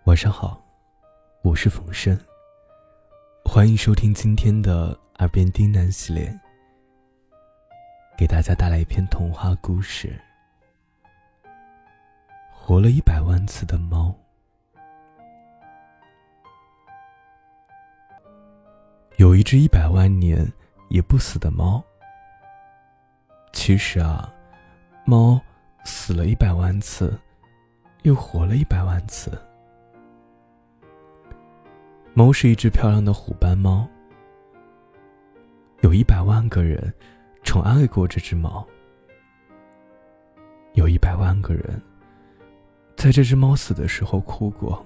晚上好，我是冯生，欢迎收听今天的耳边低喃系列，给大家带来一篇童话故事。活了100万次的猫。有一只100万年也不死的猫。其实啊，猫死了100万次，又活了100万次。猫是一只漂亮的虎斑猫，有100万个人宠爱过这只猫，有100万个人在这只猫死的时候哭过。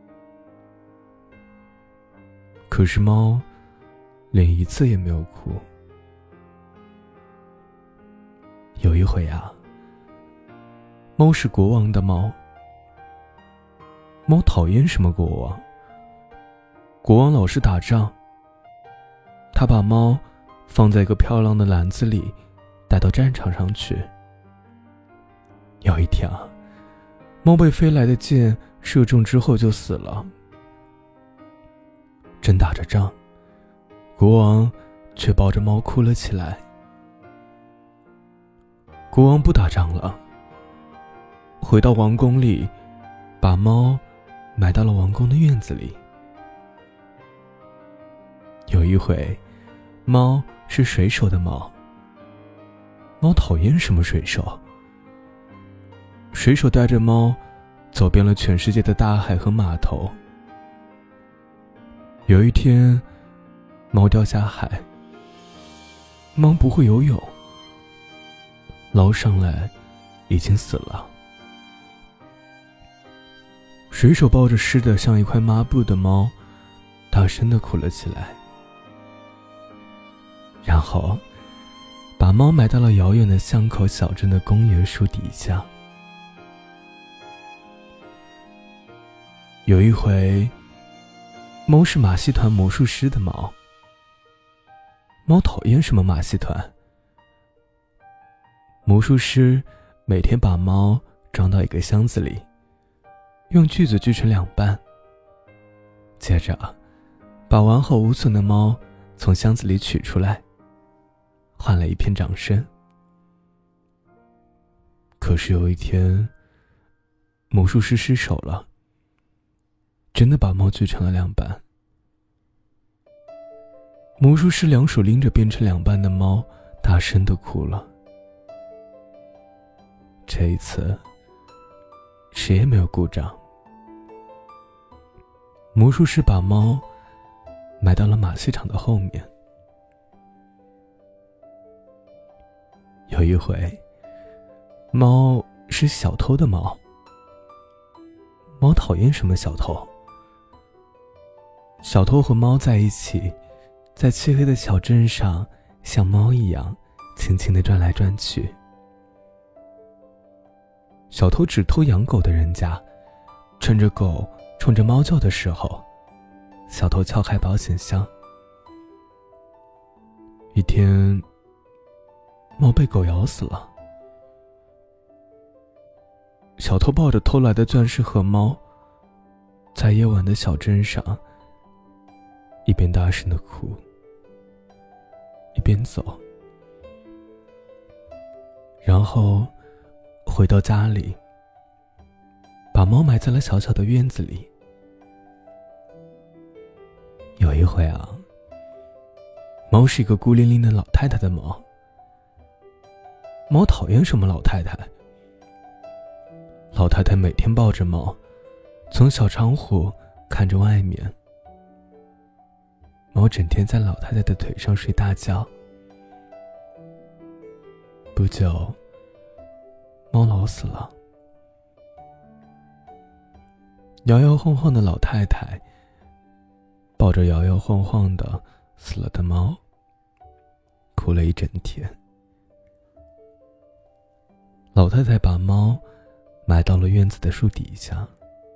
可是猫连一次也没有哭。有一回啊，猫是国王的猫。猫讨厌什么国王？国王老是打仗。他把猫放在一个漂亮的篮子里，带到战场上去。有一天啊，猫被飞来的箭射中之后就死了。正打着仗，国王却抱着猫哭了起来。国王不打仗了，回到王宫里，把猫埋到了王宫的院子里。有一回，猫是水手的猫。猫讨厌什么水手？水手带着猫走遍了全世界的大海和码头。有一天，猫掉下海。猫不会游泳，捞上来已经死了。水手抱着湿得像一块抹布的猫，大声地哭了起来。然后把猫埋到了遥远的巷口小镇的公园树底下。有一回，猫是马戏团魔术师的猫。猫讨厌什么马戏团？魔术师每天把猫装到一个箱子里，用锯子锯成2半，接着把完好无损的猫从箱子里取出来，换了一片掌声。可是有一天，魔术师失手了，真的把猫锯成了2半。魔术师2手拎着变成2半的猫，大声地哭了。这一次，谁也没有鼓掌。魔术师把猫埋到了马戏场的后面。有一回，猫是小偷的猫。猫讨厌什么小偷？小偷和猫在一起，在漆黑的小镇上像猫一样轻轻地转来转去。小偷只偷养狗的人家，趁着狗冲着猫叫的时候，小偷撬开保险箱。一天，猫被狗咬死了。小偷抱着偷来的钻石和猫，在夜晚的小镇上，一边大声地哭，一边走。然后回到家里，把猫埋在了小小的院子里。有一回啊，猫是一个孤零零的老太太的猫。猫讨厌什么老太太？老太太每天抱着猫，从小窗户看着外面。猫整天在老太太的腿上睡大觉。不久，猫老死了。摇摇晃晃的老太太抱着摇摇晃晃的死了的猫，哭了一整天。老太太把猫埋到了院子的树底下。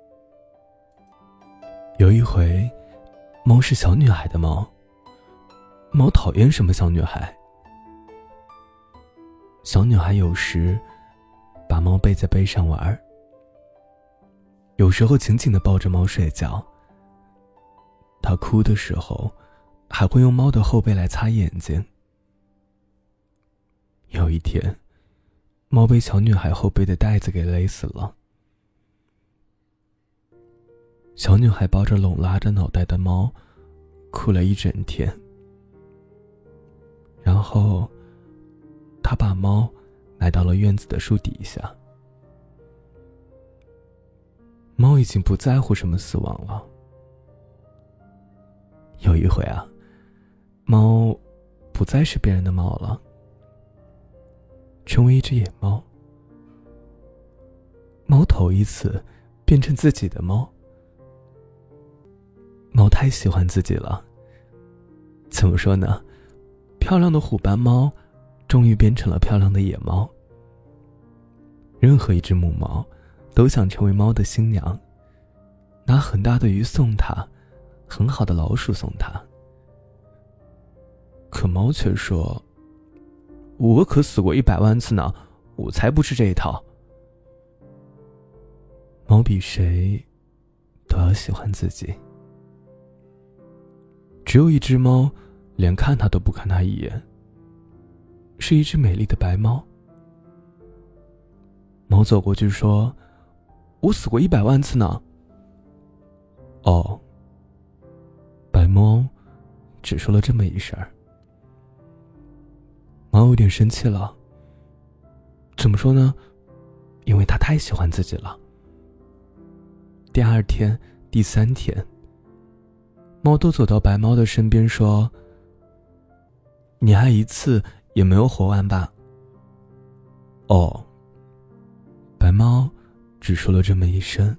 有一回，猫是小女孩的猫。猫讨厌什么小女孩？小女孩有时把猫背在背上玩。 有时候紧紧地抱着猫睡觉。它哭的时候，还会用猫的后背来擦眼睛。有一天，猫被小女孩后背的带子给勒死了。小女孩抱着拢拉着脑袋的猫，哭了一整天。然后，她把猫来到了院子的树底下。猫已经不在乎什么死亡了。有一回啊，猫不再是别人的猫了，成为一只野猫。猫头一次变成自己的猫。猫太喜欢自己了。怎么说呢？漂亮的虎斑猫终于变成了漂亮的野猫。任何一只母猫都想成为猫的新娘，拿很大的鱼送它，很好的老鼠送它。可猫却说：“我可死过100万次呢，我才不吃这一套。”猫比谁都要喜欢自己。只有一只猫，连看它都不看它一眼，是一只美丽的白猫。猫走过去说：“我死过100万次呢。”哦，白猫只说了这么一声儿。猫有点生气了。怎么说呢？因为它太喜欢自己了。第2天、第3天，猫都走到白猫的身边说：“你还一次也没有活完吧？”哦，白猫只说了这么一声。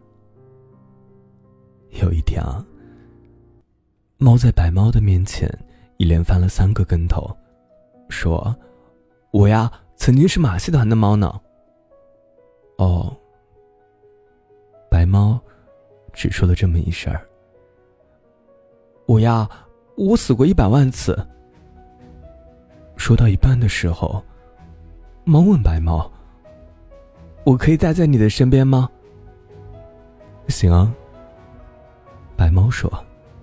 有一天啊，猫在白猫的面前一连翻了3个跟头，说：“我呀，曾经是马戏团的猫呢。”哦，白猫只说了这么一声儿。我呀，我死过100万次。说到一半的时候，猫问白猫：“我可以待在你的身边吗？”行啊，白猫说。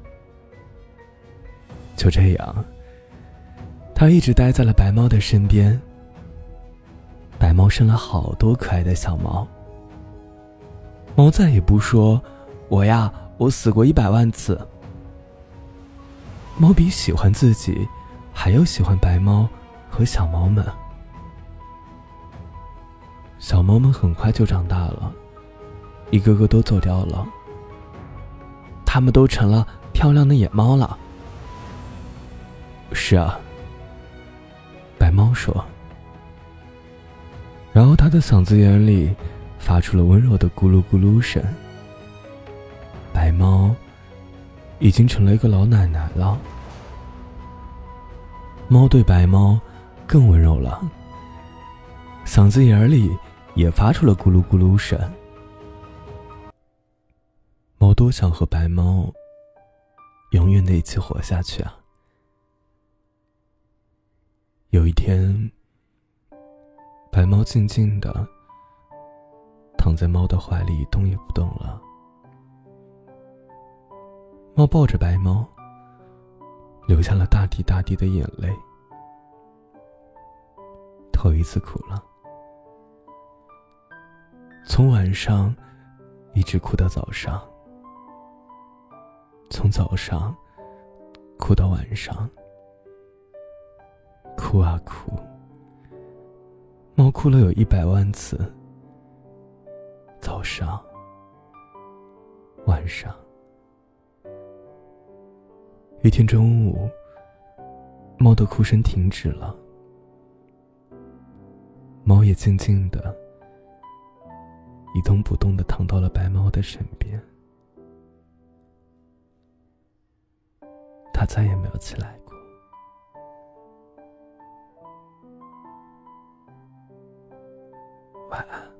就这样，它一直待在了白猫的身边。白猫生了好多可爱的小猫。猫再也不说：“我呀，我死过100万次。”猫比喜欢自己还要喜欢白猫和小猫们。小猫们很快就长大了，一个个都走掉了。它们都成了漂亮的野猫了。是啊，白猫说。然后它的嗓子眼里发出了温柔的咕噜咕噜声。白猫已经成了一个老奶奶了。猫对白猫更温柔了，嗓子眼里也发出了咕噜咕噜声。猫多想和白猫永远的一起活下去啊！有一天，白猫静静地躺在猫的怀里，一动也不动了。猫抱着白猫，流下了大滴大滴的眼泪。头一次哭了，从晚上一直哭到早上，从早上哭到晚上，哭啊哭。猫哭了有100万次，早上、晚上。一天中午，猫的哭声停止了，猫也静静地一动不动地躺到了白猫的身边。它再也没有起来过。晚安。